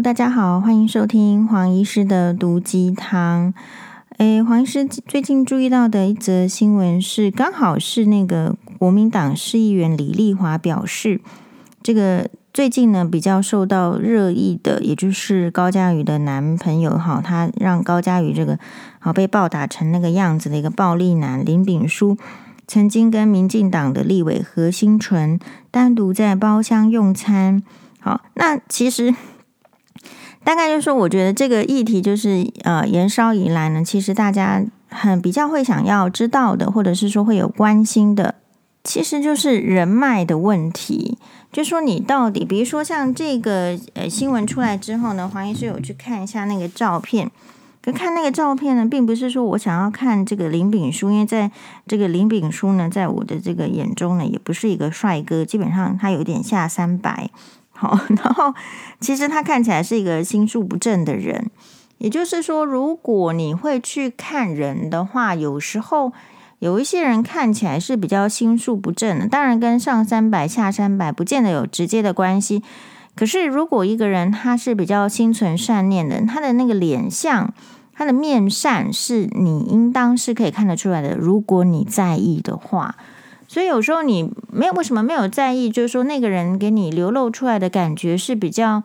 大家好，欢迎收听黄医师的毒鸡汤。黄医师最近注意到的一则新闻是，刚好是那个国民党市议员李丽华表示，这个最近呢比较受到热议的，也就是高嘉瑜的男朋友哈，他让高嘉瑜这个被暴打成那个样子的一个暴力男林炳书，曾经跟民进党的立委何欣纯单独在包厢用餐。好，那其实大概就是说，我觉得这个议题就是延烧以来呢，其实大家比较会想要知道的，或者是说会有关心的，其实就是人脉的问题。就说你到底，比如说像这个新闻出来之后呢，黄医师有去看一下那个照片。可看那个照片呢，并不是说我想要看这个林炳书，因为在这个林炳书呢，在我的这个眼中呢，也不是一个帅哥，基本上他有点下300。好，然后其实他看起来是一个心术不正的人。也就是说，如果你会去看人的话，有时候有一些人看起来是比较心术不正的，当然跟上300下300不见得有直接的关系。可是如果一个人他是比较心存善念的，他的那个脸相，他的面善是你应当是可以看得出来的，如果你在意的话。所以有时候你为什么没有在意，就是说那个人给你流露出来的感觉是比较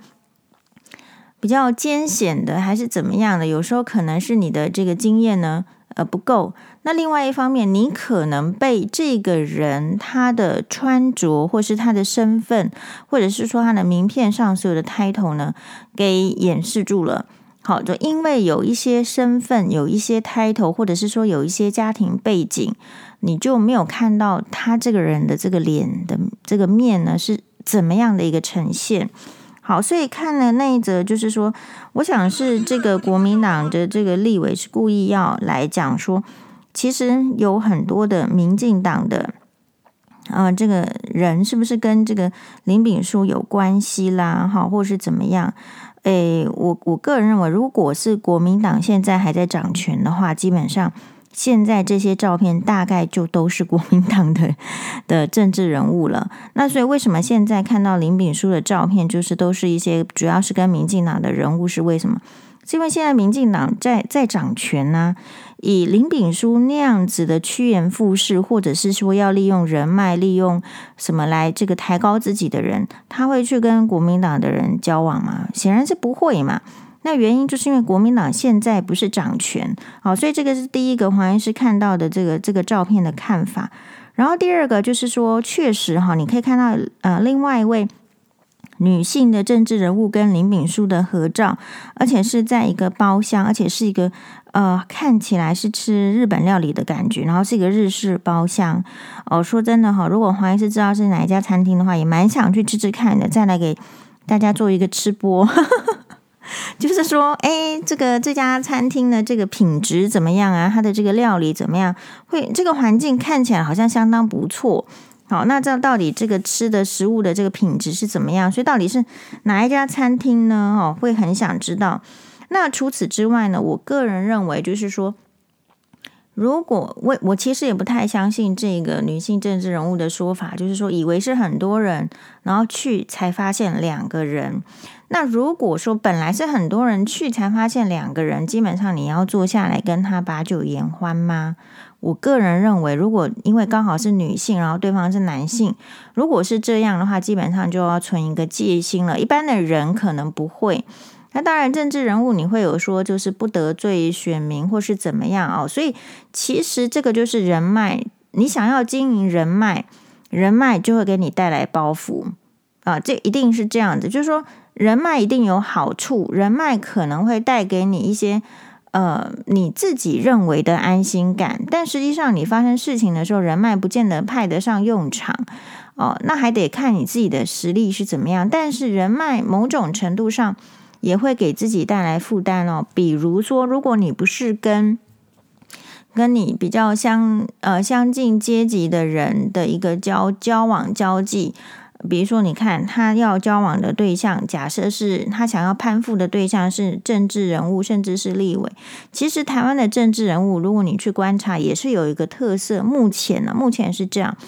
艰险的，还是怎么样的？有时候可能是你的这个经验呢不够。那另外一方面，你可能被这个人他的穿着，或是他的身份，或者是说他的名片上所有的 title 呢给掩饰住了。好，就因为有一些身份，有一些 title， 或者是说有一些家庭背景，你就没有看到他这个人的这个脸的这个面呢是怎么样的一个呈现。好，所以看了那一则，就是说我想是这个国民党的这个立委是故意要来讲说，其实有很多的民进党的这个人是不是跟这个林炳书有关系啦，或是怎么样。我个人认为，如果是国民党现在还在掌权的话，基本上现在这些照片大概就都是国民党的政治人物了。那所以为什么现在看到林炳书的照片，就是都是一些主要是跟民进党的人物，是为什么？是因为现在民进党在掌权啊，以林炳书那样子的趋炎附势，或者是说要利用人脉，利用什么来这个抬高自己的人，他会去跟国民党的人交往吗？显然是不会嘛。那原因就是因为国民党现在不是掌权，好，所以这个是第一个黄医师看到的这个照片的看法。然后第二个就是说，确实你可以看到另外一位女性的政治人物跟林炳书的合照，而且是在一个包厢，而且是一个看起来是吃日本料理的感觉，然后是一个日式包厢。说真的如果黄医师知道是哪一家餐厅的话，也蛮想去吃吃看的，再来给大家做一个吃播。就是说这家餐厅的这个品质怎么样啊，它的这个料理怎么样，这个环境看起来好像相当不错。好，那这到底这个吃的食物的这个品质是怎么样？所以到底是哪一家餐厅呢？会很想知道。那除此之外呢，我个人认为就是说，如果我其实也不太相信这个女性政治人物的说法，就是说以为是很多人，然后去才发现2个人。那如果说本来是很多人去才发现2个人，基本上你要坐下来跟他把酒言欢吗？我个人认为，如果因为刚好是女性，然后对方是男性，如果是这样的话，基本上就要存一个戒心了。一般的人可能不会。那当然政治人物你会有说就是不得罪选民或是怎么样所以其实这个就是人脉，你想要经营人脉，人脉就会给你带来包袱这一定是这样子。就是说人脉一定有好处，人脉可能会带给你一些你自己认为的安心感，但实际上你发生事情的时候，人脉不见得派得上用场那还得看你自己的实力是怎么样。但是人脉某种程度上也会给自己带来负担比如说，如果你不是跟你比较相近阶级的人的一个交往交际，比如说你看他要交往的对象，假设是他想要攀附的对象是政治人物，甚至是立委。其实台湾的政治人物，如果你去观察，也是有一个特色，目前是这样，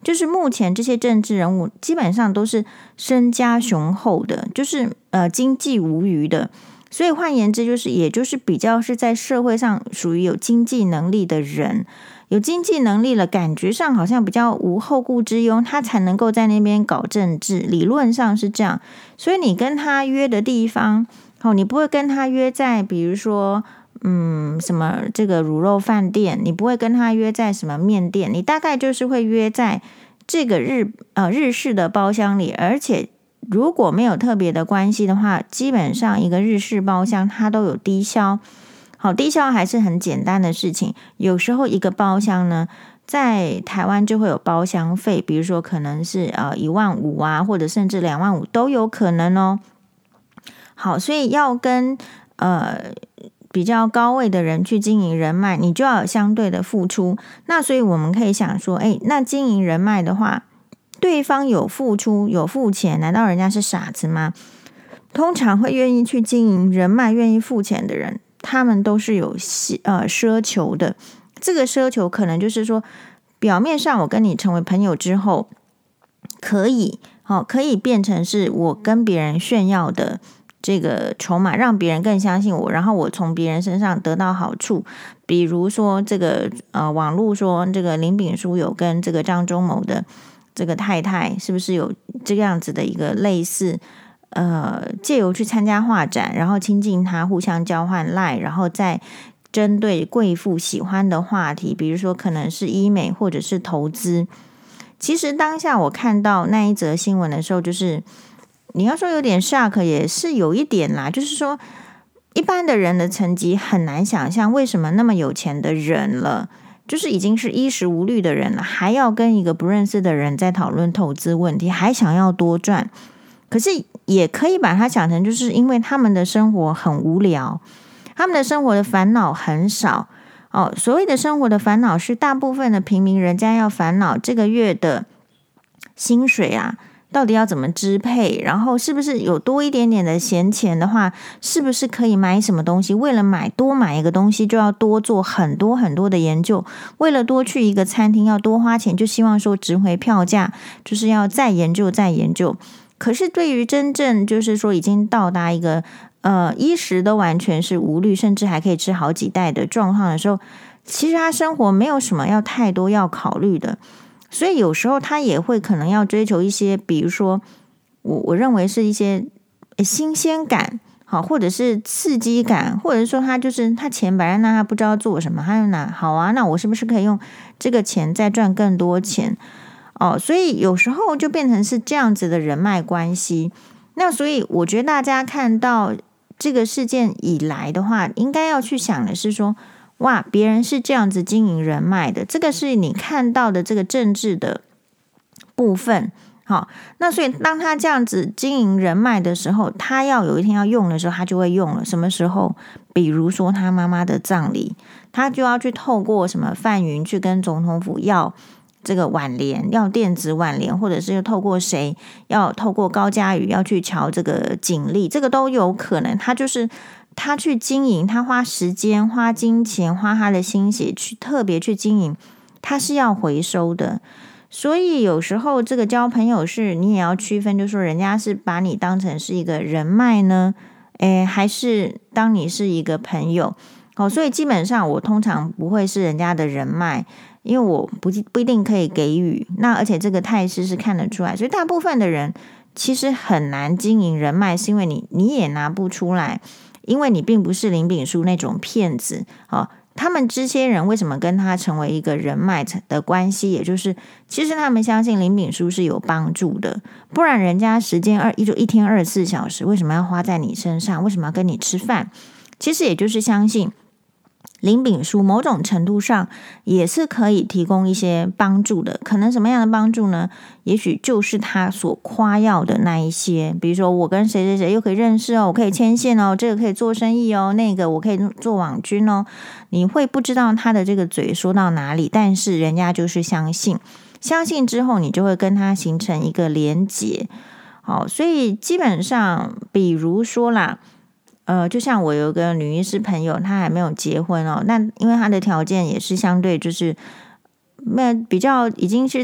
就是目前这些政治人物基本上都是身家雄厚的，就是经济无虞的，所以换言之也就是比较是在社会上属于有经济能力的人，有经济能力了，感觉上好像比较无后顾之忧，他才能够在那边搞政治，理论上是这样。所以你跟他约的地方，你不会跟他约在比如说什么这个卤肉饭店，你不会跟他约在什么面店，你大概就是会约在这个日式的包厢里，而且如果没有特别的关系的话，基本上一个日式包厢它都有低消。好，低消还是很简单的事情，有时候一个包厢呢，在台湾就会有包厢费，比如说可能是15000啊，或者甚至25000都有可能哦。好，所以要跟比较高位的人去经营人脉，你就要有相对的付出。那所以我们可以想说，那经营人脉的话，对方有付出有付钱，难道人家是傻子吗？通常会愿意去经营人脉愿意付钱的人，他们都是有奢求的。这个奢求可能就是说，表面上我跟你成为朋友之后，可以变成是我跟别人炫耀的这个筹码，让别人更相信我，然后我从别人身上得到好处。比如说这个网络说这个林炳书有跟这个张忠谋的这个太太，是不是有这样子的一个类似借由去参加画展，然后亲近他，互相交换 LINE， 然后再针对贵妇喜欢的话题，比如说可能是医美或者是投资。其实当下我看到那一则新闻的时候，就是你要说有点 shock 也是有一点啦，就是说一般的人的层级很难想象，为什么那么有钱的人了，就是已经是衣食无虑的人了，还要跟一个不认识的人在讨论投资问题，还想要多赚。可是也可以把它想成，就是因为他们的生活很无聊，他们的生活的烦恼很少。所谓的生活的烦恼是大部分的平民人家要烦恼这个月的薪水啊，到底要怎么支配，然后是不是有多一点点的闲钱的话，是不是可以买什么东西，为了多买一个东西就要多做很多很多的研究，为了多去一个餐厅要多花钱，就希望说值回票价，就是要再研究再研究。可是对于真正就是说已经到达一个衣食都完全是无虑，甚至还可以吃好几代的状况的时候，其实他生活没有什么要太多要考虑的。所以有时候他也会可能要追求一些，比如说我认为是一些新鲜感，好，或者是刺激感，或者说他就是他钱摆在那，他不知道做什么，他就拿好啊，那我是不是可以用这个钱再赚更多钱？所以有时候就变成是这样子的人脉关系。那所以我觉得大家看到这个事件以来的话，应该要去想的是说，哇，别人是这样子经营人脉的，这个是你看到的这个政治的部分。好，那所以当他这样子经营人脉的时候，他要有一天要用的时候，他就会用了。什么时候？比如说他妈妈的葬礼，他就要去透过什么范云去跟总统府要这个挽联，要电子挽联，或者是透过谁，要透过高嘉瑜要去瞧这个警力，这个都有可能。他就是他去经营，他花时间、花金钱、花他的心血去特别去经营，他是要回收的。所以有时候这个交朋友是你也要区分，就是说人家是把你当成是一个人脉呢，还是当你是一个朋友。所以基本上我通常不会是人家的人脉，因为我不一定可以给予，那而且这个态势是看得出来，所以大部分的人其实很难经营人脉，是因为你也拿不出来，因为你并不是林炳书那种骗子。他们这些人为什么跟他成为一个人脉的关系，也就是其实他们相信林炳书是有帮助的，不然人家时间一天24小时，为什么要花在你身上，为什么要跟你吃饭？其实也就是相信林炳书某种程度上也是可以提供一些帮助的。可能什么样的帮助呢？也许就是他所夸耀的那一些，比如说我跟谁谁谁又可以认识哦，我可以牵线哦，这个可以做生意哦，那个我可以做网军哦。你会不知道他的这个嘴说到哪里，但是人家就是相信之后，你就会跟他形成一个连结。好，所以基本上比如说啦，就像我有个女医师朋友，她还没有结婚哦，那因为她的条件也是相对就是比较已经是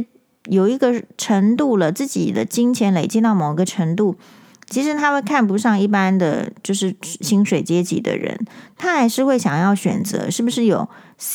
有一个程度了，自己的金钱累积到某个程度，其实他会看不上一般的就是薪水阶级的人，他还是会想要选择是不是有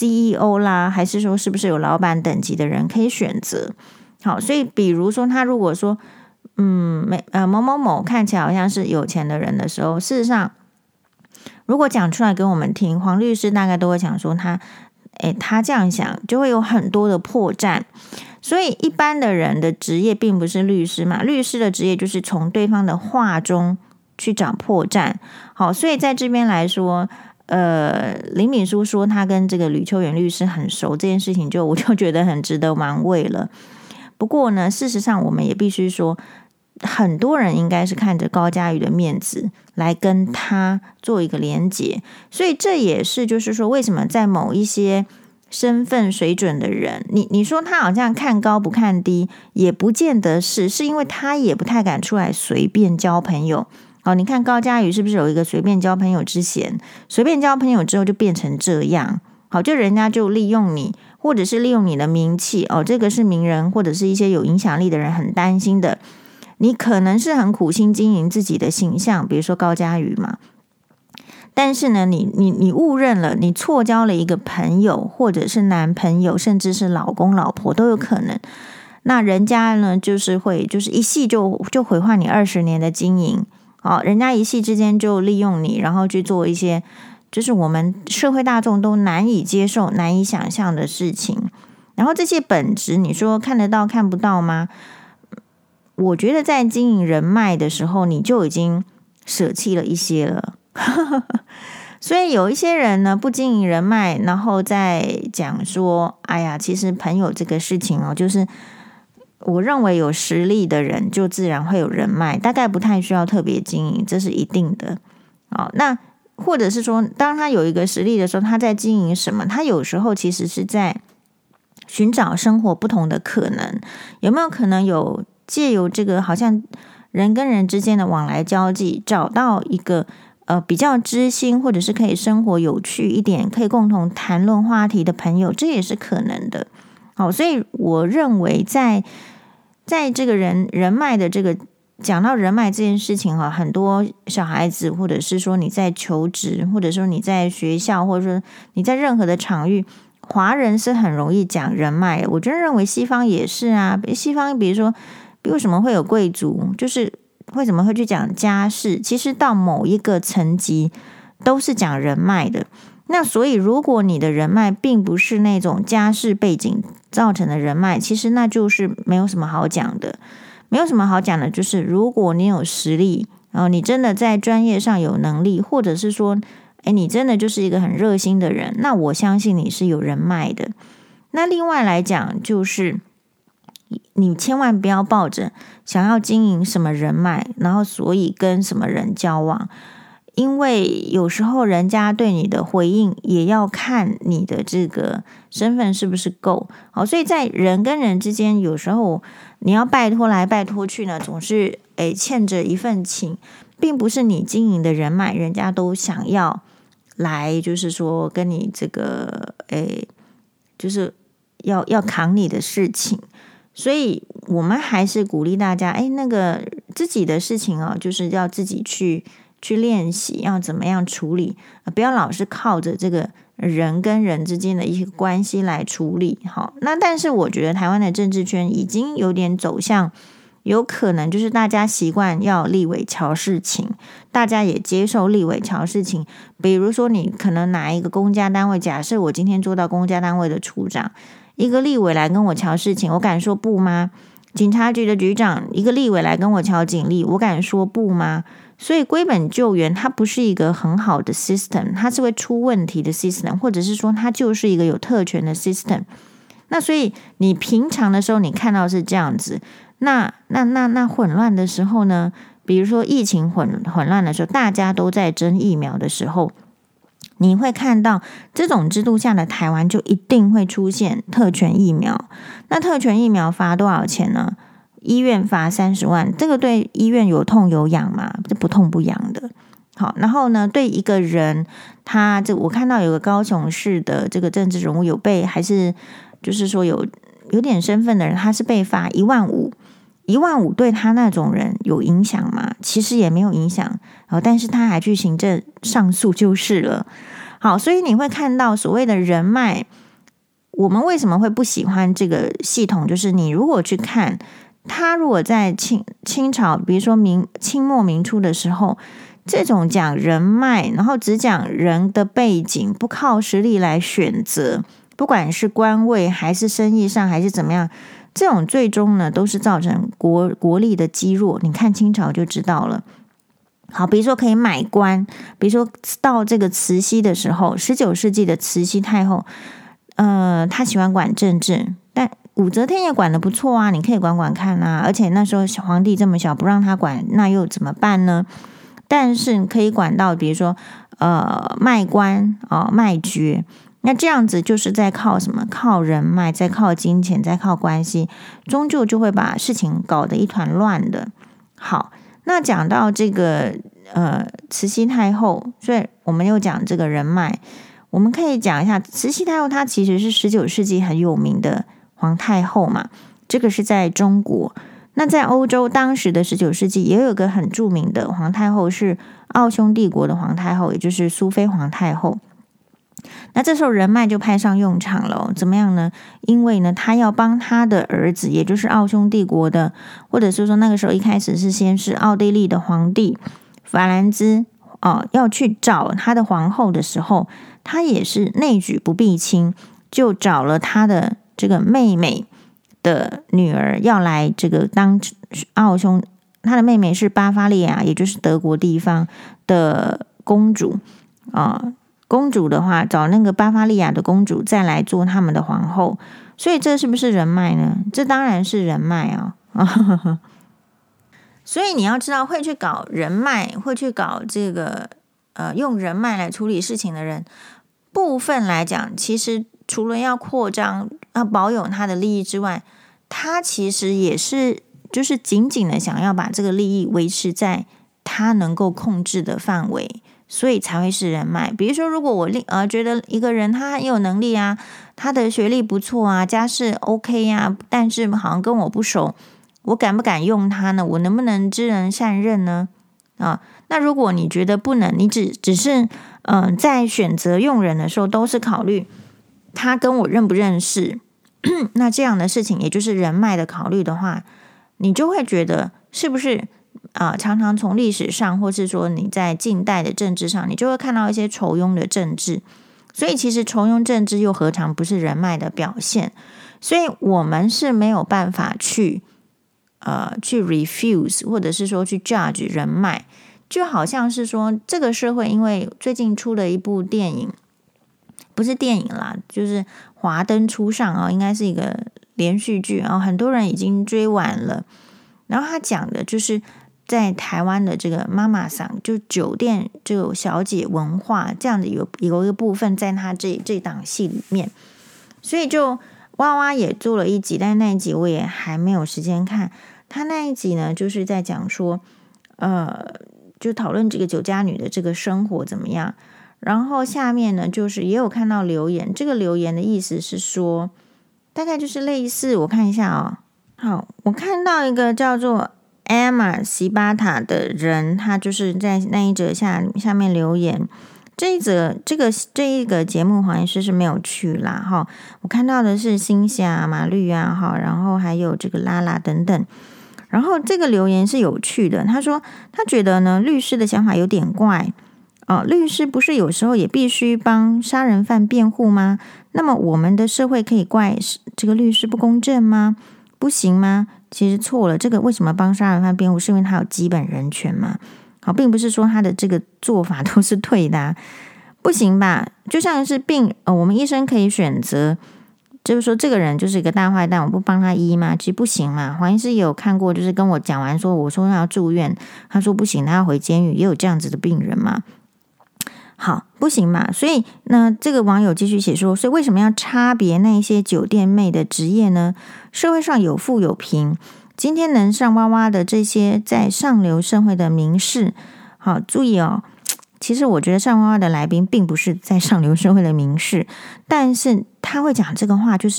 CEO 啦，还是说是不是有老板等级的人可以选择。好，所以比如说他如果说某某某看起来好像是有钱的人的时候，事实上如果讲出来给我们听，黄律师大概都会讲说他这样想就会有很多的破绽。所以一般的人的职业并不是律师嘛，律师的职业就是从对方的话中去找破绽。好，所以在这边来说林敏书说他跟这个吕秋远律师很熟这件事情，我就觉得很值得玩味了。不过呢，事实上我们也必须说，很多人应该是看着高嘉瑜的面子来跟他做一个连结，所以这也是就是说为什么在某一些身份水准的人，你说他好像看高不看低，也不见得是因为他也不太敢出来随便交朋友。你看高嘉瑜是不是有一个随便交朋友之嫌？随便交朋友之后就变成这样，好，就人家就利用你，或者是利用你的名气这个是名人或者是一些有影响力的人很担心的。你可能是很苦心经营自己的形象，比如说高嘉瑜嘛，但是呢，你误认了，你错交了一个朋友，或者是男朋友，甚至是老公老婆都有可能。那人家呢，就是一夕就毁坏你20年的经营，人家一夕之间就利用你，然后去做一些就是我们社会大众都难以接受、难以想象的事情。然后这些本质，你说看得到看不到吗？我觉得在经营人脉的时候，你就已经舍弃了一些了。所以有一些人呢，不经营人脉，然后再讲说，哎呀，其实朋友这个事情就是我认为有实力的人就自然会有人脉，大概不太需要特别经营，这是一定的。那或者是说，当他有一个实力的时候，他在经营什么？他有时候其实是在寻找生活不同的可能，有没有可能有借由这个好像人跟人之间的往来交际，找到一个比较知心，或者是可以生活有趣一点，可以共同谈论话题的朋友，这也是可能的。好，所以我认为在这个人脉的这个讲到人脉这件事情很多小孩子，或者是说你在求职，或者说你在学校，或者说你在任何的场域，华人是很容易讲人脉的。我真认为西方也是啊，西方比如说为什么会有贵族，就是为什么会去讲家世，其实到某一个层级都是讲人脉的。那所以如果你的人脉并不是那种家世背景造成的人脉，其实那就是没有什么好讲的。没有什么好讲的，就是如果你有实力，然后你真的在专业上有能力，或者是说你真的就是一个很热心的人，那我相信你是有人脉的。那另外来讲，就是你千万不要抱着想要经营什么人脉，然后所以跟什么人交往，因为有时候人家对你的回应也要看你的这个身份是不是够好。所以在人跟人之间，有时候你要拜托来拜托去呢，总是欠着一份情，并不是你经营的人脉人家都想要来，就是说跟你这个就是要扛你的事情。所以我们还是鼓励大家那个自己的事情就是要自己去练习，要怎么样处理，不要老是靠着这个人跟人之间的一些关系来处理。好，那但是我觉得台湾的政治圈已经有点走向，有可能就是大家习惯要立委瞧事情，大家也接受立委瞧事情。比如说你可能拿一个公家单位，假设我今天做到公家单位的处长，一个立委来跟我瞧事情，我敢说不吗？警察局的局长，一个立委来跟我瞧警力，我敢说不吗？所以归本救援它不是一个很好的 system， 它是会出问题的 system， 或者是说它就是一个有特权的 system。 那所以你平常的时候你看到是这样子，那混乱的时候呢，比如说疫情混乱的时候，大家都在争疫苗的时候，你会看到这种制度下的台湾就一定会出现特权疫苗。那特权疫苗发多少钱呢？医院罚30万，这个对医院有痛有痒吗？这不痛不痒的。好，然后呢，对一个人，我看到有个高雄市的这个政治人物有被，还是就是说有有点身份的人，他是被罚15000，15000对他那种人有影响吗？其实也没有影响，但是他还去行政上诉就是了。好，所以你会看到所谓的人脉，我们为什么会不喜欢这个系统？就是你如果去看他，如果在清朝，比如说清末明初的时候，这种讲人脉，然后只讲人的背景，不靠实力来选择，不管是官位还是生意上还是怎么样，这种最终呢都是造成国力的积弱。你看清朝就知道了。好，比如说可以买官，比如说到这个慈禧的时候，19世纪的慈禧太后，她喜欢管政治，但武则天也管得不错啊，你可以管管看啊。而且那时候皇帝这么小，不让他管，那又怎么办呢？但是可以管到，比如说卖官卖爵，那这样子就是在靠什么？靠人脉，在靠金钱，在靠关系，终究就会把事情搞得一团乱的。好，那讲到这个慈禧太后，所以我们又讲这个人脉，我们可以讲一下慈禧太后，她其实是19世纪很有名的皇太后嘛，这个是在中国。那在欧洲，当时的19世纪也有一个很著名的皇太后，是奥匈帝国的皇太后，也就是苏菲皇太后。那这时候人脉就派上用场了，怎么样呢？因为呢，他要帮他的儿子，也就是奥匈帝国的，或者是说那个时候一开始是先是奥地利的皇帝法兰兹要去找他的皇后的时候，他也是内举不避亲，就找了他的这个妹妹的女儿要来这个当奥匈，他的妹妹是巴伐利亚，也就是德国地方的公主公主的话，找那个巴伐利亚的公主再来做他们的皇后，所以这是不是人脉呢？这当然是人脉所以你要知道，会去搞人脉，会去搞这个用人脉来处理事情的人，部分来讲，其实除了要扩张、要保有他的利益之外，他其实也是就是紧紧的想要把这个利益维持在他能够控制的范围。所以才会是人脉。比如说，如果我觉得一个人他很有能力啊，他的学历不错啊，家世 OK 啊，但是好像跟我不熟，我敢不敢用他呢？我能不能知人善任呢？那如果你觉得不能，你只是在选择用人的时候都是考虑他跟我认不认识，那这样的事情也就是人脉的考虑的话，你就会觉得是不是？常常从历史上，或是说你在近代的政治上，你就会看到一些酬庸的政治。所以其实酬庸政治又何尝不是人脉的表现？所以我们是没有办法去refuse， 或者是说去 judge 人脉。就好像是说这个社会，因为最近出了一部电影，不是电影啦，就是华灯初上应该是一个连续剧很多人已经追完了。然后他讲的就是在台湾的这个妈妈桑，就酒店这个小姐文化这样的有一个部分在他这档戏里面，所以就娃娃也做了一集，但那一集我也还没有时间看。他那一集呢，就是在讲说，就讨论这个酒家女的这个生活怎么样。然后下面呢，就是也有看到留言，这个留言的意思是说，大概就是类似，我看一下好，我看到一个叫做 Emma 西巴塔的人，他就是在那一则下面留言。这一个节目黄医师是没有去啦我看到的是新霞、马律然后还有这个拉拉等等。然后这个留言是有趣的，他说他觉得呢，律师的想法有点怪律师不是有时候也必须帮杀人犯辩护吗？那么我们的社会可以怪这个律师不公正吗？不行吗？其实错了，这个为什么帮杀人犯辩护？是因为他有基本人权嘛？并不是说他的这个做法都是对的不行吧？就像是我们医生可以选择，就是说这个人就是一个大坏蛋，我不帮他医吗？其实不行嘛。黄医师也有看过，就是跟我讲完说，我说他要住院，他说不行，他要回监狱，也有这样子的病人嘛。好，不行嘛。所以那这个网友继续写说，所以为什么要差别那些酒店妹的职业呢？社会上有富有贫，今天能上娃娃的这些在上流社会的名士，好注意其实我觉得上娃娃的来宾并不是在上流社会的名士，但是他会讲这个话，就是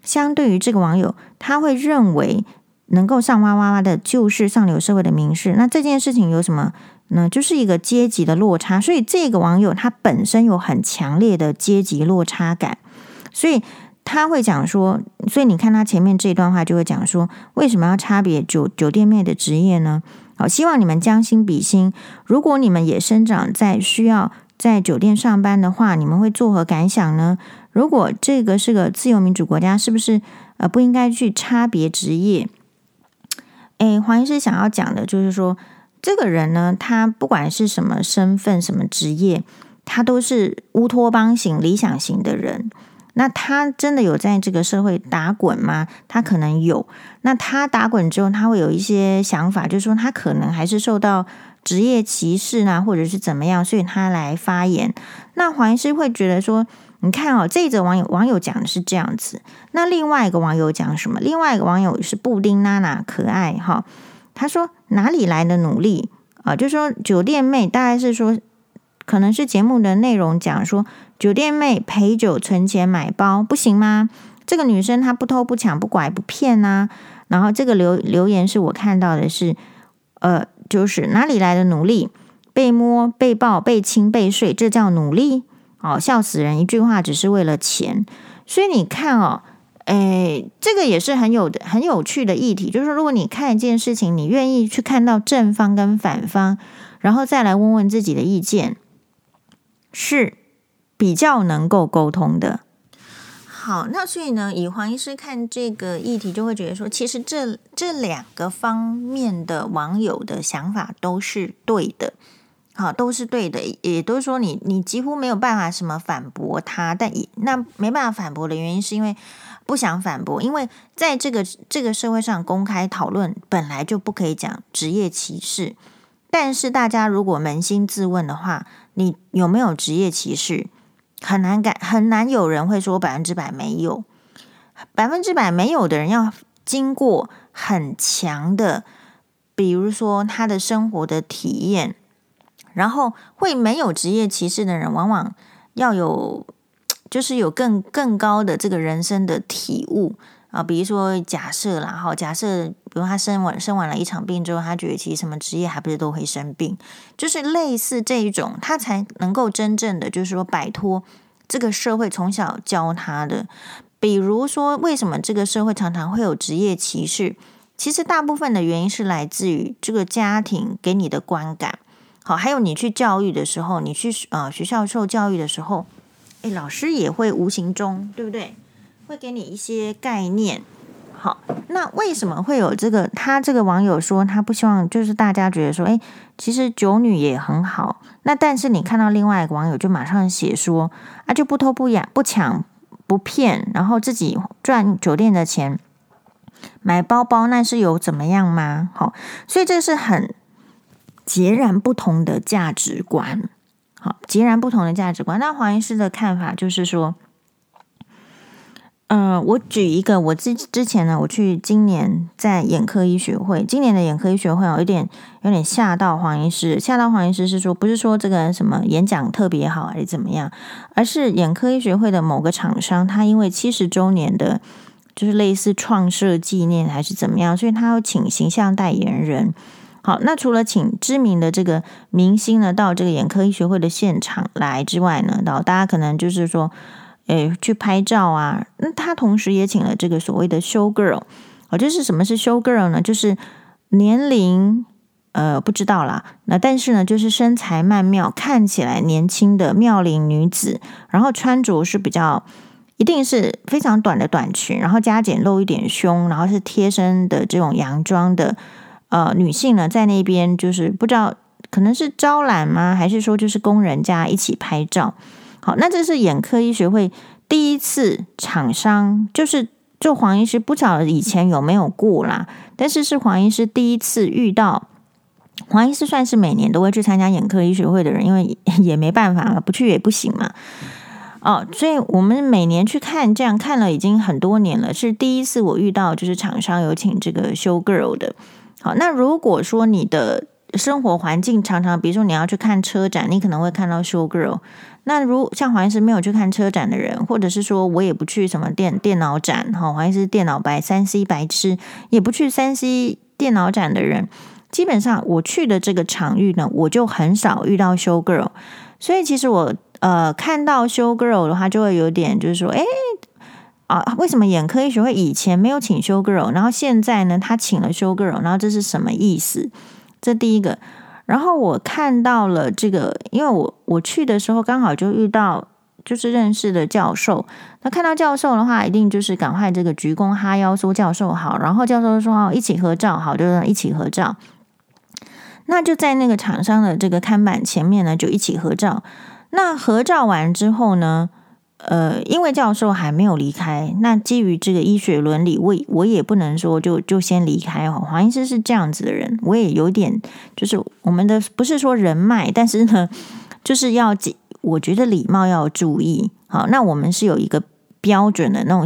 相对于这个网友，他会认为能够上哇哇哇的就是上流社会的名士，那这件事情有什么呢？就是一个阶级的落差，所以这个网友他本身有很强烈的阶级落差感，所以他会讲说，所以你看他前面这段话就会讲说，为什么要差别酒店妹的职业呢？好，希望你们将心比心，如果你们也生长在需要在酒店上班的话，你们会作何感想呢？如果这个是个自由民主国家，是不是不应该去差别职业？黄医师想要讲的就是说，这个人呢，他不管是什么身份、什么职业，他都是乌托邦型、理想型的人。那他真的有在这个社会打滚吗？他可能有。那他打滚之后，他会有一些想法，就是说他可能还是受到职业歧视啊，或者是怎么样，所以他来发言。那黄医师会觉得说，你看哦，这一则网友讲的是这样子，那另外一个网友讲什么？另外一个网友是布丁娜娜可爱哈，他说哪里来的努力啊？就说酒店妹，大概是说可能是节目的内容讲说，酒店妹陪酒存钱买包不行吗？这个女生她不偷不抢不拐不骗啊。然后这个留言是我看到的是，就是哪里来的努力？被摸被抱被亲被睡，这叫努力？哦，笑死人！一句话只是为了钱，所以你看哦，这个也是很有趣的议题，就是说，如果你看一件事情，你愿意去看到正方跟反方，然后再来问问自己的意见，是比较能够沟通的。好，那所以呢，以黄医师看这个议题，就会觉得说，其实这两个方面的网友的想法都是对的。好，都是对的，也都是说你几乎没有办法什么反驳他，但那没办法反驳的原因是因为不想反驳，因为在这个社会上公开讨论本来就不可以讲职业歧视，但是大家如果扪心自问的话，你有没有职业歧视？很难有人会说100%没有，100%没有的人要经过很强的，比如说他的生活的体验。然后会没有职业歧视的人，往往要有，就是有更高的这个人生的体悟啊。比如说假设，比如他生完了一场病之后，他觉得其实什么职业还不是都会生病，就是类似这一种，他才能够真正的就是说摆脱这个社会从小教他的。比如说，为什么这个社会常常会有职业歧视？其实大部分的原因是来自于这个家庭给你的观感。好，还有你去教育的时候，你去学校受教育的时候，老师也会无形中，对不对？会给你一些概念。好，那为什么会有这个？他这个网友说他不希望，就是大家觉得说，其实酒女也很好。那但是你看到另外一个网友就马上写说，就不偷不抢不骗，然后自己赚酒店的钱买包包，那是有怎么样吗？好，所以这是很截然不同的价值观。好，截然不同的价值观。那黄医师的看法就是说，我举一个，我之前呢，我去今年在眼科医学会，今年的眼科医学会有点吓到黄医师。吓到黄医师是说，不是说这个什么演讲特别好还是怎么样，而是眼科医学会的某个厂商，他因为70周年的，就是类似创设纪念还是怎么样，所以他要请形象代言人。好，那除了请知名的这个明星呢到这个眼科医学会的现场来之外呢，大家可能就是说，去拍照啊。那他同时也请了这个所谓的 show girl。就是什么是 show girl 呢？就是年龄不知道啦。那但是呢，就是身材曼妙，看起来年轻的妙龄女子，然后穿着是比较一定是非常短的短裙，然后加减露一点胸，然后是贴身的这种洋装的。女性呢在那边就是不知道可能是招揽吗，还是说就是工人家一起拍照。好，那这是眼科医学会第一次厂商，就黄医师不晓得以前有没有过啦，但是黄医师第一次遇到。黄医师算是每年都会去参加眼科医学会的人，因为也没办法嘛，不去也不行嘛。所以我们每年去看，这样看了已经很多年了，是第一次我遇到就是厂商有请这个 show girl 的。好，那如果说你的生活环境常常，比如说你要去看车展，你可能会看到 show girl。那像黄医师没有去看车展的人，或者是说我也不去什么电脑展，黄医师电脑白3C 白痴，也不去3C 电脑展的人，基本上我去的这个场域呢，我就很少遇到 show girl。所以其实我看到 show girl 的话，就会有点就是说，为什么眼科医学会以前没有请 show girl， 然后现在呢他请了 show girl， 然后这是什么意思？这第一个。然后我看到了这个，因为我去的时候刚好就遇到就是认识的教授，那看到教授的话，一定就是赶快这个鞠躬哈腰说教授好，然后教授说一起合照，好，就一起合照。那就在那个厂商的这个看板前面呢，就一起合照。那合照完之后呢，因为教授还没有离开，那基于这个医学伦理，我也不能说就先离开哦。黄医师是这样子的人，我也有点就是我们的不是说人脉，但是呢，就是我觉得礼貌要注意。好，那我们是有一个标准的那种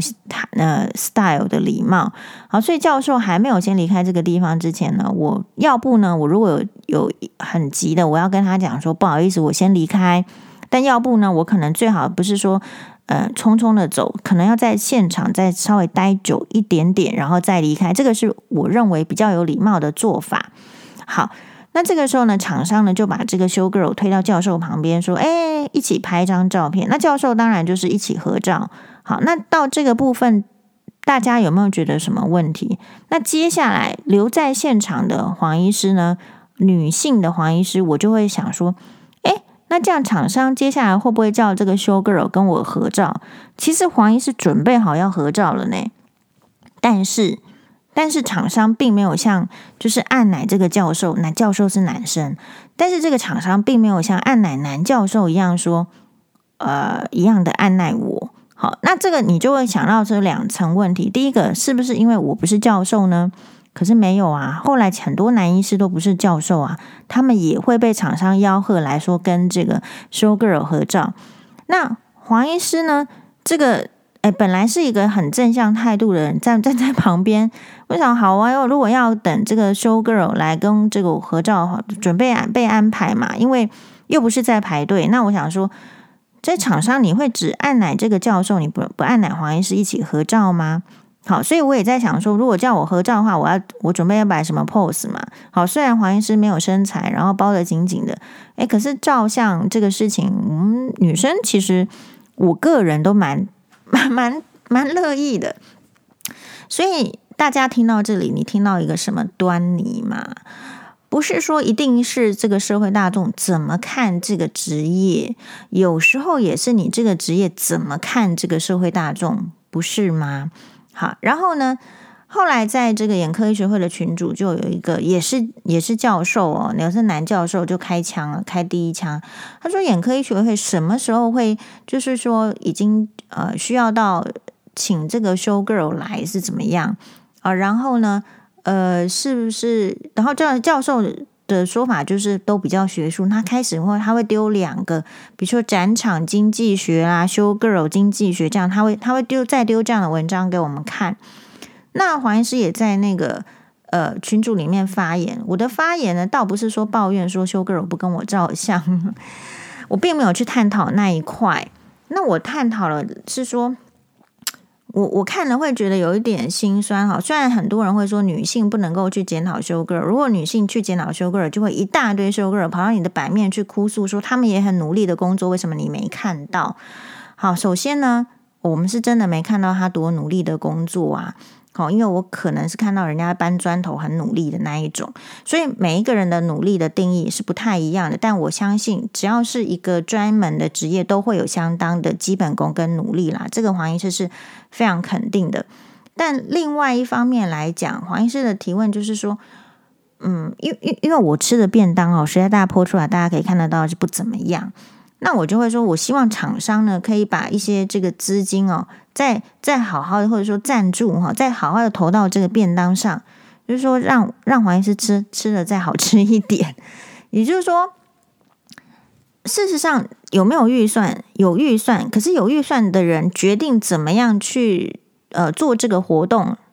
style 的礼貌。好，所以教授还没有先离开这个地方之前呢，我如果有很急的，我要跟他讲说不好意思，我先离开。但要不呢，我可能最好不是说匆匆的走，可能要在现场再稍微待久一点点，然后再离开。这个是我认为比较有礼貌的做法。好，那这个时候呢，厂商呢就把这个 show girl 推到教授旁边，说一起拍一张照片。那教授当然就是一起合照。好，那到这个部分大家有没有觉得什么问题？那接下来留在现场的黄医师呢，女性的黄医师，我就会想说那这样厂商接下来会不会叫这个 show girl 跟我合照？其实黄医师准备好要合照了呢，但是厂商并没有像就是按奶这个教授，那教授是男生，但是这个厂商并没有像按奶男教授一样说一样的按耐我。好，那这个你就会想到这两层问题。第一个，是不是因为我不是教授呢？可是没有啊，后来很多男医师都不是教授啊，他们也会被厂商吆喝来说跟这个 show girl 合照。那黄医师呢，这个本来是一个很正向态度的人，站在旁边，我想好啊，如果要等这个 show girl 来跟这个合照，准备被安排嘛，因为又不是在排队。那我想说，在厂商你会只按奶这个教授，你不按奶黄医师一起合照吗？好，所以我也在想说，如果叫我合照的话，我准备要摆什么 pose 嘛？好，虽然黄医师没有身材，然后包得紧紧的，可是照相这个事情，女生其实我个人都蛮乐意的。所以大家听到这里，你听到一个什么端倪嘛？不是说一定是这个社会大众怎么看这个职业，有时候也是你这个职业怎么看这个社会大众，不是吗？好，然后呢，后来在这个眼科医学会的群组就有一个也是教授哦，也是男教授，就开枪了，开第一枪。他说眼科医学会什么时候会就是说已经需要到请这个 show girl 来是怎么样啊？然后呢是不是？然后这教授的说法就是都比较学术，他开始他会丢两个，比如说展场经济学啦、show girl 经济学这样，他会再丢这样的文章给我们看。那黄医师也在那个群组里面发言，我的发言呢，倒不是说抱怨说 show girl 不跟我照相，我并没有去探讨那一块。那我探讨了是说，我看了会觉得有一点心酸哈。虽然很多人会说女性不能够去检讨 show girl， 如果女性去检讨 show girl， 就会一大堆 show girl 跑到你的版面去哭诉说他们也很努力的工作，为什么你没看到？好，首先呢，我们是真的没看到他多努力的工作啊。好，因为我可能是看到人家搬砖头很努力的那一种，所以每一个人的努力的定义是不太一样的。但我相信，只要是一个专门的职业，都会有相当的基本功跟努力啦。这个黄医师是非常肯定的。但另外一方面来讲，黄医师的提问就是说，因为我吃的便当实在大家播出来，大家可以看得到是不怎么样。那我就会说，我希望厂商呢可以把一些这个资金再好好的，或者说赞助再好好的投到这个便当上，就是说让黄医师吃的再好吃一点。也就是说，事实上有没有预算？有预算，可是有预算的人决定怎么样去做这个活动，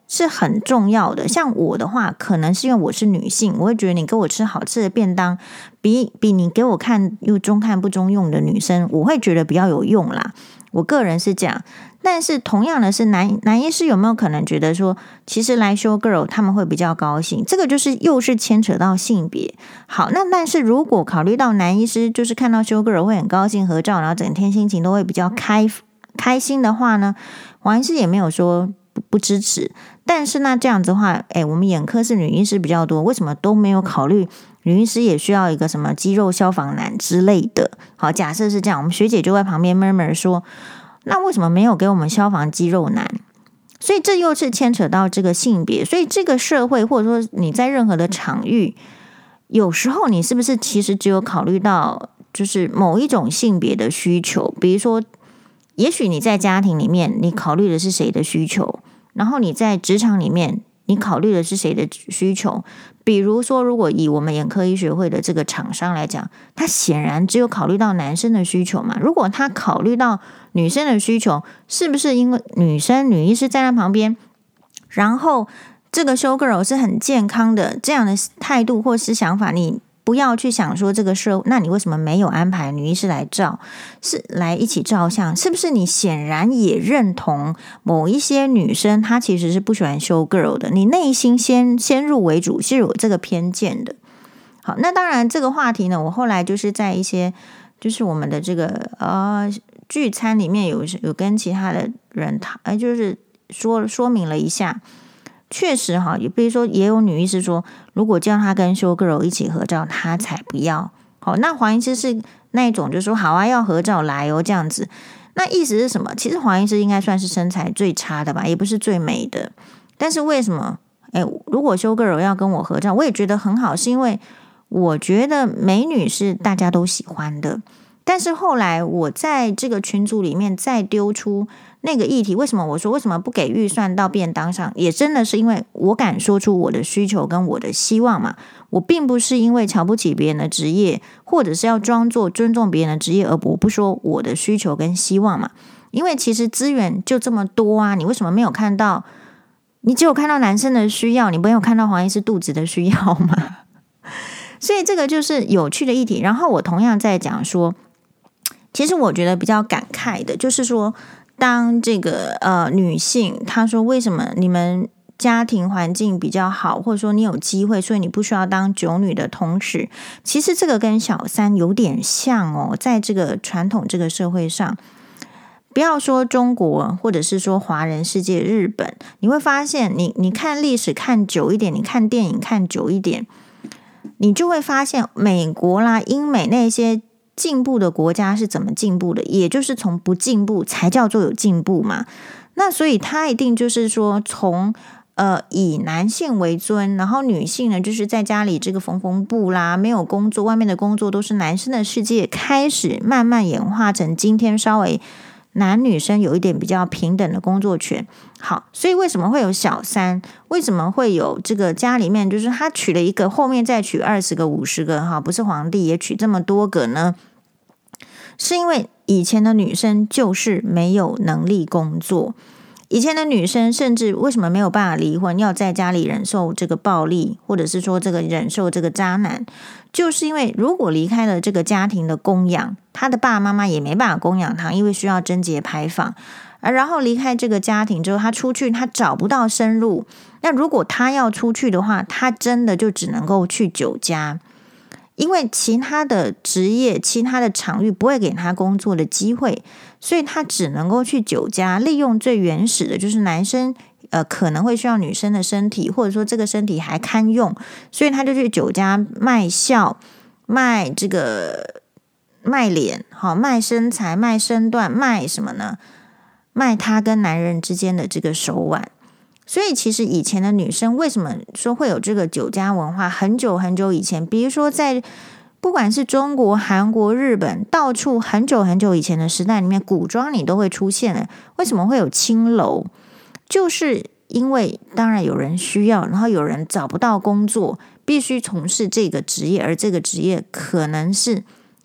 是很重要的。像我的话，可能是因为我是女性，我会觉得你给我吃好吃的便当，比你给我看又中看不中用的女生，我会觉得比较有用啦。我个人是这样。但是同样的是男医师有没有可能觉得说，其实来 show girl 他们会比较高兴？这个就是又是牵扯到性别。好，那但是如果考虑到男医师就是看到 show girl 会很高兴合照，然后整天心情都会比较开心的话呢，黄医师也没有说不支持。但是那这样子的话，我们眼科是女医师比较多，为什么都没有考虑女医师也需要一个什么肌肉消防男之类的？好，假设是这样，我们学姐就在旁边 murmur 说，那为什么没有给我们消防肌肉男？所以这又是牵扯到这个性别。所以这个社会或者说你在任何的场域，有时候你是不是其实只有考虑到就是某一种性别的需求？比如说也许你在家庭里面你考虑的是谁的需求，然后你在职场里面你考虑的是谁的需求。比如说如果以我们眼科医学会的这个厂商来讲，他显然只有考虑到男生的需求嘛。如果他考虑到女生的需求，是不是因为女医师站在旁边，然后这个 show girl 是很健康的这样的态度或是想法，你不要去想说这个那你为什么没有安排女医师来是来一起照相？是不是你显然也认同某一些女生她其实是不喜欢 show girl 的？你内心先入为主是有这个偏见的。好，那当然这个话题呢，我后来就是在一些就是我们的这个聚餐里面有跟其他的人就是说明了一下。确实哈，比如说也有女医师说，如果叫她跟 show girl 一起合照，她才不要。好，那黄医师是那一种就说好啊，要合照来哦这样子。那意思是什么？其实黄医师应该算是身材最差的吧，也不是最美的。但是为什么？如果 show girl 要跟我合照，我也觉得很好，是因为我觉得美女是大家都喜欢的。但是后来我在这个群组里面再丢出那个议题，为什么我说为什么不给预算到便当上，也真的是因为我敢说出我的需求跟我的希望嘛。我并不是因为瞧不起别人的职业，或者是要装作尊重别人的职业，而我不说我的需求跟希望嘛。因为其实资源就这么多啊，你为什么没有看到？你只有看到男生的需要，你没有看到黄医师肚子的需要吗？所以这个就是有趣的议题。然后我同样在讲说，其实我觉得比较感慨的就是说，当这个女性她说为什么你们家庭环境比较好，或者说你有机会，所以你不需要当酒女的同时，其实这个跟小三有点像哦。在这个传统这个社会上，不要说中国，或者是说华人世界日本，你会发现你看历史看久一点，你看电影看久一点，你就会发现美国啦英美那些进步的国家是怎么进步的，也就是从不进步才叫做有进步嘛。那所以他一定就是说从以男性为尊，然后女性呢就是在家里这个缝布啦，没有工作，外面的工作都是男生的世界，开始慢慢演化成今天稍微男女生有一点比较平等的工作权。好，所以为什么会有小三？为什么会有这个家里面就是他娶了一个，后面再娶20个50个哈，不是皇帝也娶这么多个呢？是因为以前的女生就是没有能力工作，以前的女生甚至为什么没有办法离婚，要在家里忍受这个暴力，或者是说这个忍受这个渣男，就是因为如果离开了这个家庭的供养，他的爸爸妈妈也没办法供养他，因为需要贞节牌坊。然后离开这个家庭之后，他出去他找不到生路，那如果他要出去的话，他真的就只能够去酒家，因为其他的职业其他的场域不会给他工作的机会，所以他只能够去酒家，利用最原始的就是男生可能会需要女生的身体，或者说这个身体还堪用，所以他就去酒家卖笑，卖这个卖脸，卖身材，卖身段，卖什么呢？卖他跟男人之间的这个手腕。所以其实以前的女生为什么说会有这个酒家文化，很久很久以前，比如说在不管是中国、韩国、日本，到处很久很久以前的时代里面，古装里都会出现的。为什么会有青楼？就是因为当然有人需要，然后有人找不到工作，必须从事这个职业，而这个职业可能是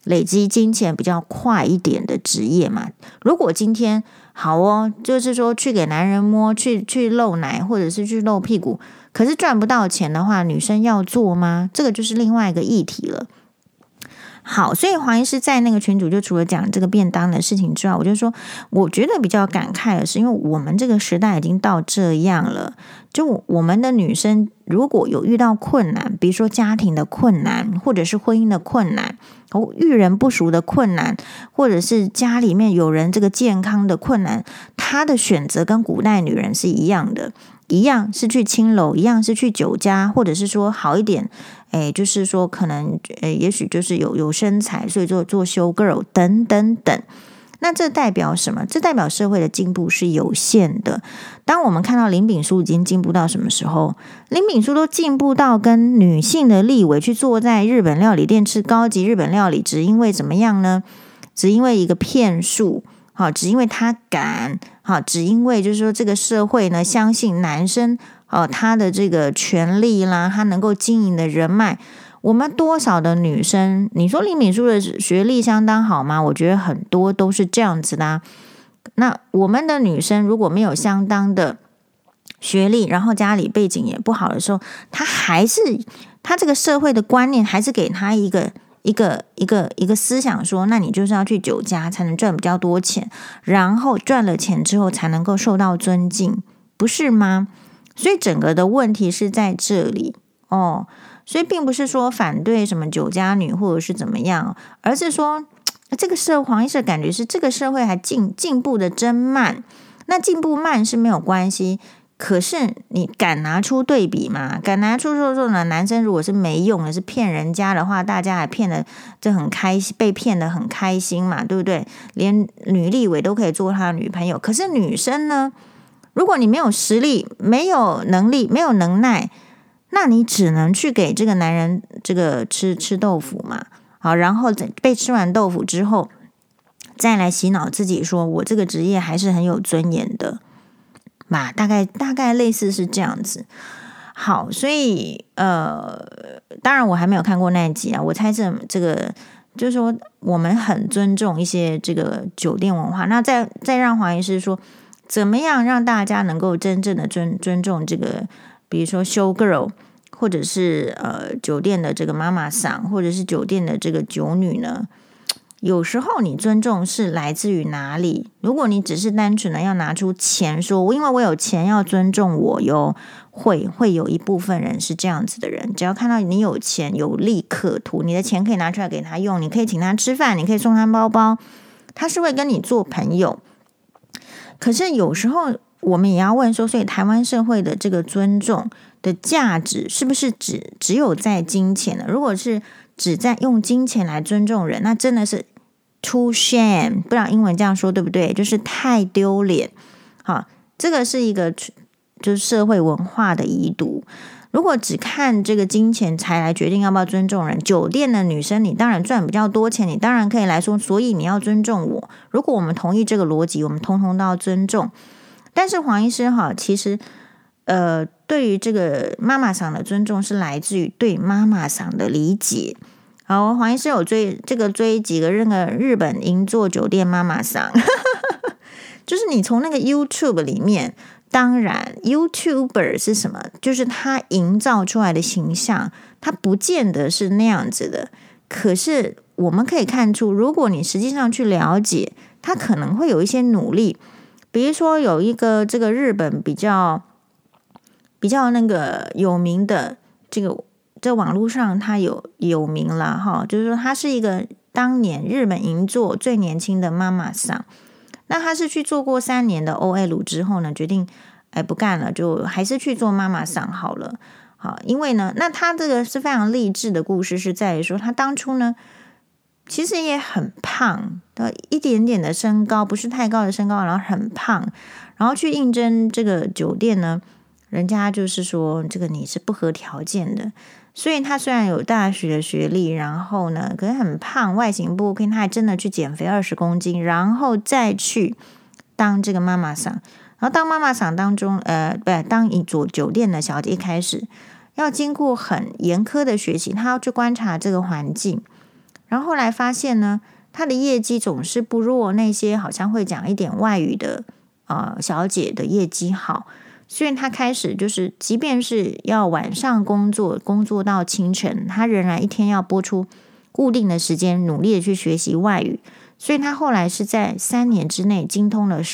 累积金钱比较快一点的职业嘛。如果今天好哦，就是说去给男人摸，去露奶或者是去露屁股，可是赚不到钱的话，女生要做吗？这个就是另外一个议题了。好，所以黄医师在那个群组就除了讲这个便当的事情之外，我就说我觉得比较感慨的是，因为我们这个时代已经到这样了，就我们的女生如果有遇到困难，比如说家庭的困难，或者是婚姻的困难，遇人不淑的困难，或者是家里面有人这个健康的困难，她的选择跟古代女人是一样的，一样是去青楼，一样是去酒家，或者是说好一点，就是说可能也许就是有身材，所以做 show girl 等等等。那这代表什么？这代表社会的进步是有限的。当我们看到林炳书已经进步到什么时候？林炳书都进步到跟女性的立委去坐在日本料理店吃高级日本料理，只因为怎么样呢？只因为一个骗术，好，只因为他敢，好，只因为就是说这个社会呢相信男生他的这个权利啦，他能够经营的人脉。我们多少的女生，你说林敏书的学历相当好吗？我觉得很多都是这样子的啊。那我们的女生如果没有相当的学历，然后家里背景也不好的时候，她这个社会的观念还是给她一个思想说，那你就是要去酒家才能赚比较多钱，然后赚了钱之后才能够受到尊敬，不是吗？所以整个的问题是在这里哦。所以并不是说反对什么酒家女或者是怎么样，而是说这个社会，黄医师的感觉是这个社会还进步的真慢。那进步慢是没有关系，可是你敢拿出对比吗？敢拿出说呢？男生如果是没用的，是骗人家的话，大家还骗的这很开心，被骗的很开心嘛，对不对？连女立委都可以做他的女朋友。可是女生呢？如果你没有实力、没有能力、没有能耐，那你只能去给这个男人这个吃豆腐嘛，好，然后被吃完豆腐之后，再来洗脑自己说我这个职业还是很有尊严的嘛，大概类似是这样子。好，所以当然我还没有看过那一集啊，我猜测这个就是说我们很尊重一些这个酒店文化，那再让黄医师说怎么样让大家能够真正的尊重这个。比如说 show girl， 或者是酒店的这个妈妈桑，或者是酒店的这个酒女呢？有时候你尊重是来自于哪里？如果你只是单纯的要拿出钱说，因为我有钱要尊重我哟，会有一部分人是这样子的人。只要看到你有钱有利可图，你的钱可以拿出来给他用，你可以请他吃饭，你可以送他包包，他是会跟你做朋友。可是有时候我们也要问说，所以台湾社会的这个尊重的价值是不是只有在金钱呢？如果是只在用金钱来尊重人，那真的是 too shame， 不知道英文这样说对不对？就是太丢脸。好，这个是一个就是社会文化的遗毒。如果只看这个金钱才来决定要不要尊重人，酒店的女生你当然赚比较多钱，你当然可以来说，所以你要尊重我。如果我们同意这个逻辑，我们通通都要尊重。但是黄医师其实对于这个妈妈桑的尊重是来自于对妈妈桑的理解。好，黄医师有追几个那个日本银座酒店妈妈桑就是你从那个 YouTube 里面，当然 YouTuber 是什么？就是他营造出来的形象，他不见得是那样子的。可是我们可以看出，如果你实际上去了解，他可能会有一些努力。比如说有一个这个日本比较那个有名的这网络上他有名啦哈，就是说他是一个当年日本银座最年轻的妈妈桑。那他是去做过3年的 OL 之后呢，决定不干了，就还是去做妈妈桑好了。好，因为呢，那他这个是非常励志的故事，是在于说他当初呢其实也很胖的，一点点的身高，不是太高的身高，然后很胖，然后去应征这个酒店呢，人家就是说这个你是不合条件的，所以他虽然有大学的学历，然后呢可是很胖，外形不 OK， 他还真的去减肥20公斤，然后再去当这个妈妈桑。然后当妈妈桑当中当一座酒店的小姐，一开始要经过很严苛的学习，他要去观察这个环境， 然后后来发现呢，他的业绩总是不弱那些好像会讲一点外语的小姐的业绩好，所以他开始就是即便是要晚上工作到清晨，他仍然一天要拨出固定的时间努力的去学习外语，所以他后来是在3年之内精通了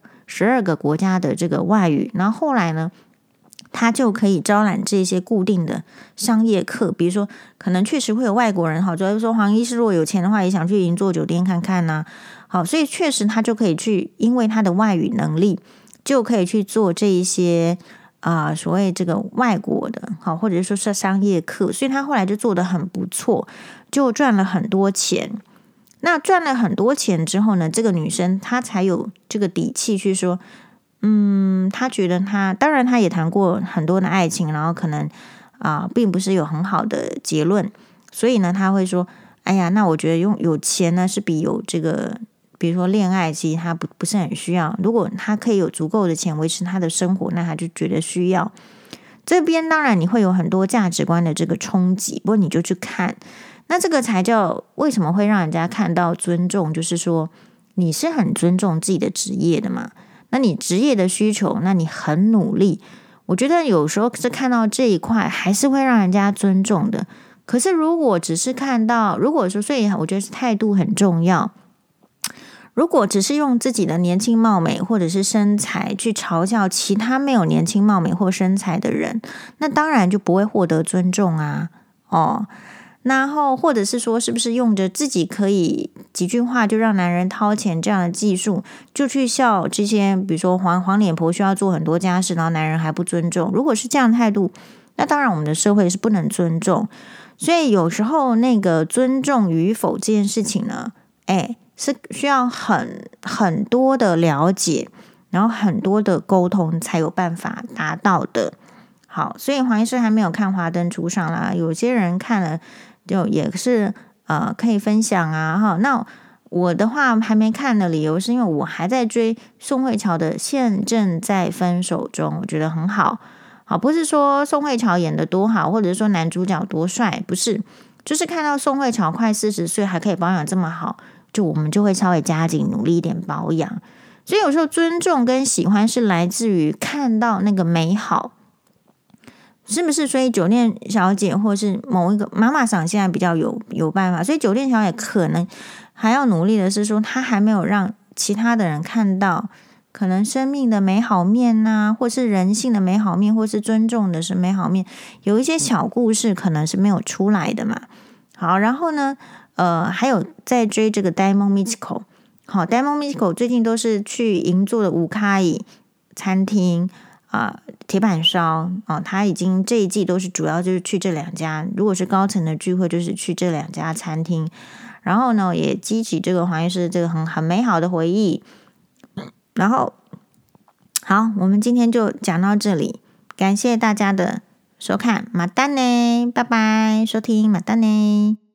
12个国家的这个外语，然后后来呢，他就可以招揽这些固定的商业课，比如说可能确实会有外国人，好，就是说黄医师如果有钱的话，也想去银座酒店看看呐，好，所以确实他就可以去，因为他的外语能力，就可以去做这一些所谓这个外国的，好，或者说是商业课，所以他后来就做得很不错，就赚了很多钱。那赚了很多钱之后呢，这个女生她才有这个底气去说，她觉得当然她也谈过很多的爱情，然后可能并不是有很好的结论，所以呢，她会说，哎呀，那我觉得有钱呢是比有这个，比如说恋爱，其实她不是很需要。如果她可以有足够的钱维持她的生活，那她就觉得需要。这边当然你会有很多价值观的这个冲击，不过你就去看。那这个才叫为什么会让人家看到尊重，就是说你是很尊重自己的职业的嘛？那你职业的需求，那你很努力，我觉得有时候是看到这一块，还是会让人家尊重的。可是如果只是看到，如果说，所以我觉得是态度很重要。如果只是用自己的年轻貌美或者是身材去嘲笑其他没有年轻貌美或身材的人，那当然就不会获得尊重啊，然后或者是说是不是用着自己可以几句话就让男人掏钱这样的技术，就去笑这些比如说黄脸婆需要做很多家事，然后男人还不尊重，如果是这样的态度，那当然我们的社会是不能尊重。所以有时候那个尊重与否这件事情呢，是需要很多的了解，然后很多的沟通才有办法达到的。好，所以黄医师还没有看《华灯初上》啦，有些人看了就也是可以分享啊。哈，那我的话还没看的理由是因为我还在追宋慧乔的《现正在分手中》，我觉得很好。好，不是说宋慧乔演的多好，或者是说男主角多帅，不是，就是看到宋慧乔快40岁还可以保养这么好，我们就会稍微加紧努力一点保养。所以有时候尊重跟喜欢是来自于看到那个美好，是不是？所以酒店小姐或是某一个妈妈桑现在比较有办法，所以酒店小姐可能还要努力的是说，她还没有让其他的人看到可能生命的美好面啊，或是人性的美好面，或是尊重的是美好面，有一些小故事可能是没有出来的嘛。好，然后呢还有在追这个 Diamond Mystical。 好， Diamond Mystical 最近都是去银座的五咖椅餐厅铁板烧他已经这一季都是主要就是去这2家，如果是高层的聚会就是去这2家餐厅，然后呢也激起这个黄医师这个很美好的回忆。然后好，我们今天就讲到这里，感谢大家的收看，马丹呢，拜拜，收听马丹呢。